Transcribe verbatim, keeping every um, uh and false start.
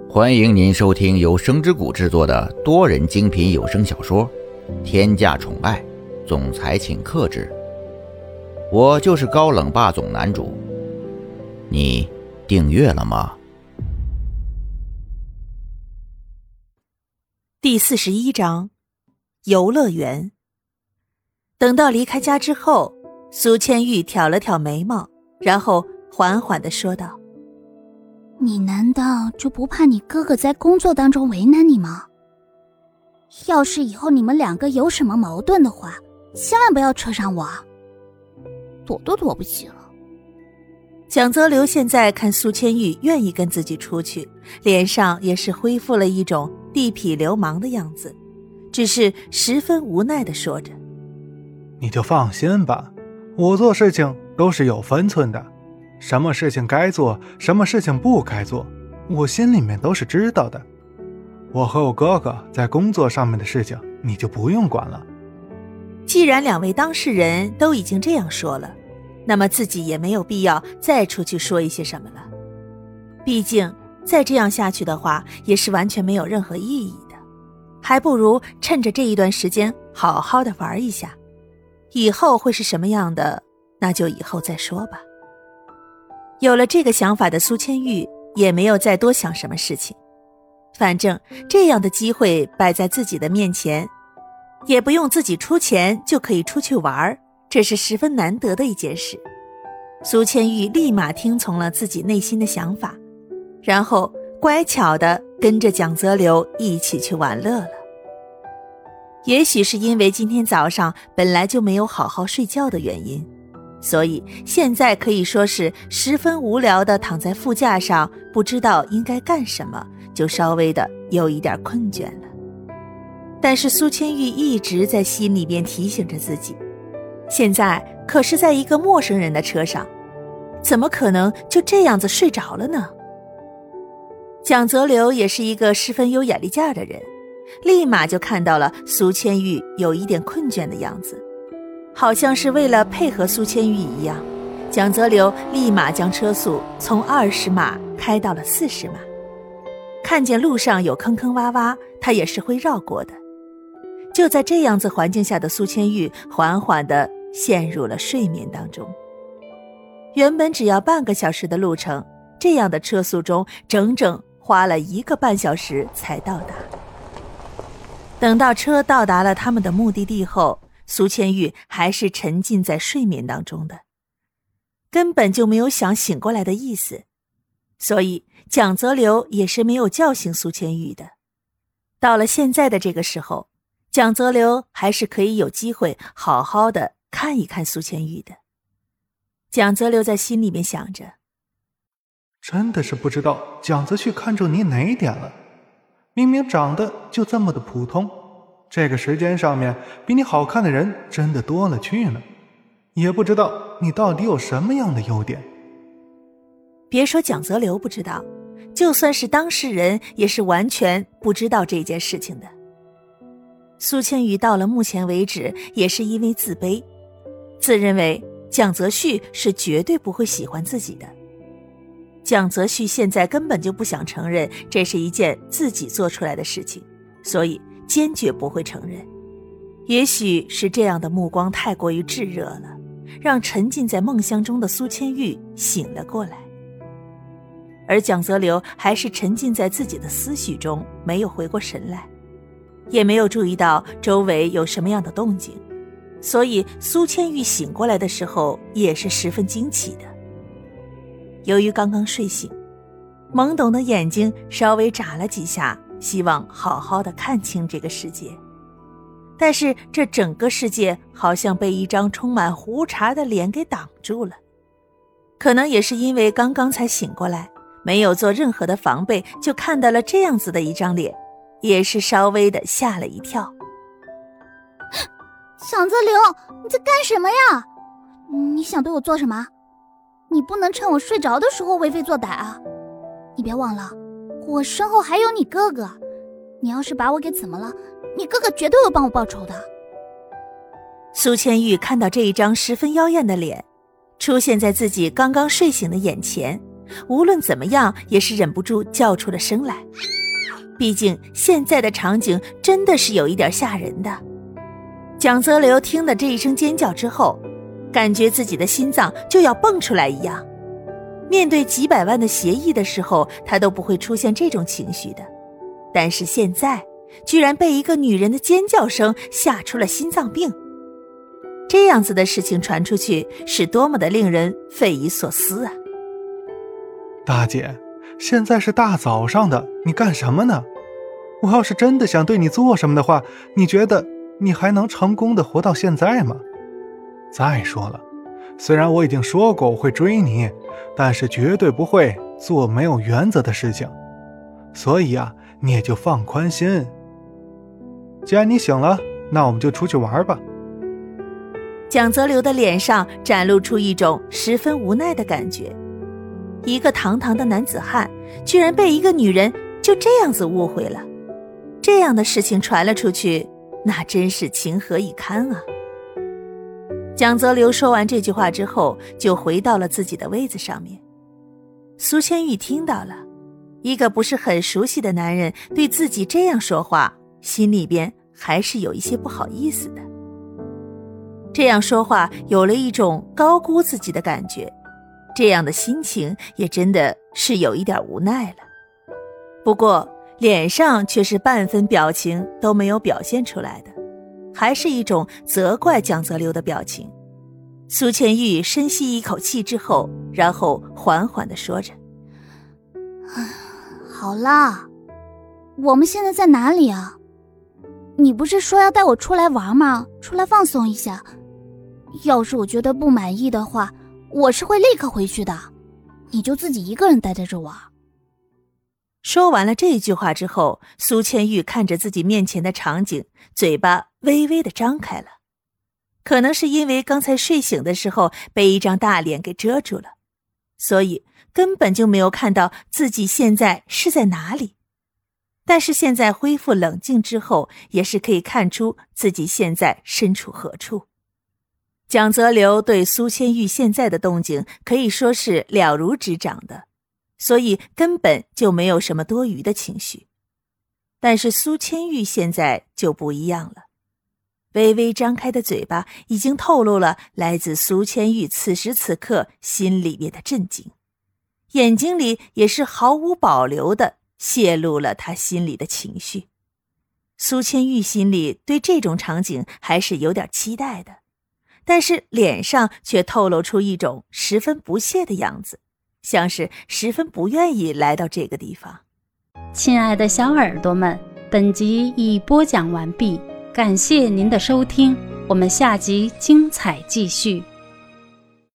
欢迎您收听由声之谷制作的多人精品有声小说《天价宠爱总裁请克制》，我就是高冷霸总男主，你订阅了吗？ 第四十一章游乐园。等到离开家之后，苏千玉挑了挑眉毛，然后缓缓地说道： 你难道就不怕你哥哥在工作当中为难你吗？要是以后你们两个有什么矛盾的话，千万不要扯上我啊，躲都躲不及了。 蒋泽流现在看苏千玉愿意跟自己出去，脸上也是恢复了一种地痞流氓的样子，只是十分无奈地说着： 你就放心吧，我做事情都是有分寸的，什么事情该做，什么事情不该做，我心里面都是知道的。我和我哥哥在工作上面的事情，你就不用管了。 既然两位当事人都已经这样说了，那么自己也没有必要再出去说一些什么了。毕竟再这样下去的话，也是完全没有任何意义的。还不如趁着这一段时间好好的玩一下，以后会是什么样的，那就以后再说吧。有了这个想法的苏千玉也没有再多想什么事情，反正这样的机会摆在自己的面前，也不用自己出钱就可以出去玩，这是十分难得的一件事。苏千玉立马听从了自己内心的想法，然后乖巧地跟着蒋泽流一起去玩乐了。也许是因为今天早上本来就没有好好睡觉的原因，所以现在可以说是十分无聊地躺在副驾上，不知道应该干什么，就稍微的有一点困倦了。但是苏千玉一直在心里边提醒着自己，现在可是在一个陌生人的车上，怎么可能就这样子睡着了呢？蒋泽流也是一个十分有眼力劲儿的人，立马就看到了苏千玉有一点困倦的样子，好像是为了配合苏千玉一样，蒋泽流立马将车速从二十码开到了四十码。看见路上有坑坑洼洼，他也是会绕过的。就在这样子环境下的苏千玉缓缓地陷入了睡眠当中。原本只要半个小时的路程，这样的车速中整整花了一个半小时才到达。等到车到达了他们的目的地后，苏千玉还是沉浸在睡眠当中的，根本就没有想醒过来的意思，所以蒋泽流也是没有叫醒苏千玉的。到了现在的这个时候，蒋泽流还是可以有机会好好的看一看苏千玉的。蒋泽流在心里面想着， 真的是不知道蒋泽旭看中你哪一点了，明明长得就这么的普通，这个时间上面比你好看的人真的多了去了，也不知道你到底有什么样的优点。 别说蒋泽流不知道，就算是当事人也是完全不知道这件事情的。苏千玉到了目前为止也是因为自卑，自认为蒋泽旭是绝对不会喜欢自己的。蒋泽旭现在根本就不想承认这是一件自己做出来的事情，所以坚决不会承认。也许是这样的目光太过于炙热了，让沉浸在梦乡中的苏千玉醒了过来。而蒋泽流还是沉浸在自己的思绪中，没有回过神来，也没有注意到周围有什么样的动静，所以苏千玉醒过来的时候也是十分惊奇的。由于刚刚睡醒，懵懂的眼睛稍微眨了几下，希望好好的看清这个世界，但是这整个世界好像被一张充满胡茬的脸给挡住了。可能也是因为刚刚才醒过来，没有做任何的防备，就看到了这样子的一张脸，也是稍微的吓了一跳。 蒋泽流，你在干什么呀？你想对我做什么？你不能趁我睡着的时候为非作歹啊！你别忘了，我身后还有你哥哥，你要是把我给怎么了，你哥哥绝对会帮我报仇的。 苏千玉看到这一张十分妖艳的脸出现在自己刚刚睡醒的眼前， 无论怎么样也是忍不住叫出了声来。毕竟现在的场景真的是有一点吓人的。蒋泽流听了这一声尖叫之后，感觉自己的心脏就要蹦出来一样。面对几百万的协议的时候，他都不会出现这种情绪的，但是现在居然被一个女人的尖叫声吓出了心脏病。这样子的事情传出去，是多么的令人匪夷所思啊！ 大姐，现在是大早上的，你干什么呢？我要是真的想对你做什么的话，你觉得你还能成功的活到现在吗？再说了，虽然我已经说过我会追你，但是绝对不会做没有原则的事情，所以啊，你也就放宽心。既然你醒了，那我们就出去玩吧。 蒋泽流的脸上展露出一种十分无奈的感觉，一个堂堂的男子汉居然被一个女人就这样子误会了，这样的事情传了出去，那真是情何以堪啊！蒋泽流说完这句话之后，就回到了自己的位子上面。苏千玉听到了，一个不是很熟悉的男人对自己这样说话，心里边还是有一些不好意思的。这样说话有了一种高估自己的感觉，这样的心情也真的是有一点无奈了。不过脸上却是半分表情都没有表现出来的，还是一种责怪蒋泽流的表情。苏千玉深吸一口气之后，然后缓缓地说着： 好啦，我们现在在哪里啊？你不是说要带我出来玩吗？出来放松一下。要是我觉得不满意的话，我是会立刻回去的，你就自己一个人待在这玩。 说完了这句话之后，苏千玉看着自己面前的场景，嘴巴微微地张开了。可能是因为刚才睡醒的时候被一张大脸给遮住了，所以根本就没有看到自己现在是在哪里。但是现在恢复冷静之后，也是可以看出自己现在身处何处。蒋泽流对苏千玉现在的动静可以说是了如指掌的，所以根本就没有什么多余的情绪。但是苏千玉现在就不一样了，微微张开的嘴巴已经透露了来自苏千玉此时此刻心里面的震惊，眼睛里也是毫无保留地泄露了他心里的情绪。苏千玉心里对这种场景还是有点期待的，但是脸上却透露出一种十分不屑的样子，像是十分不愿意来到这个地方。 亲爱的小耳朵们，本集已播讲完毕，感谢您的收听，我们下集精彩继续。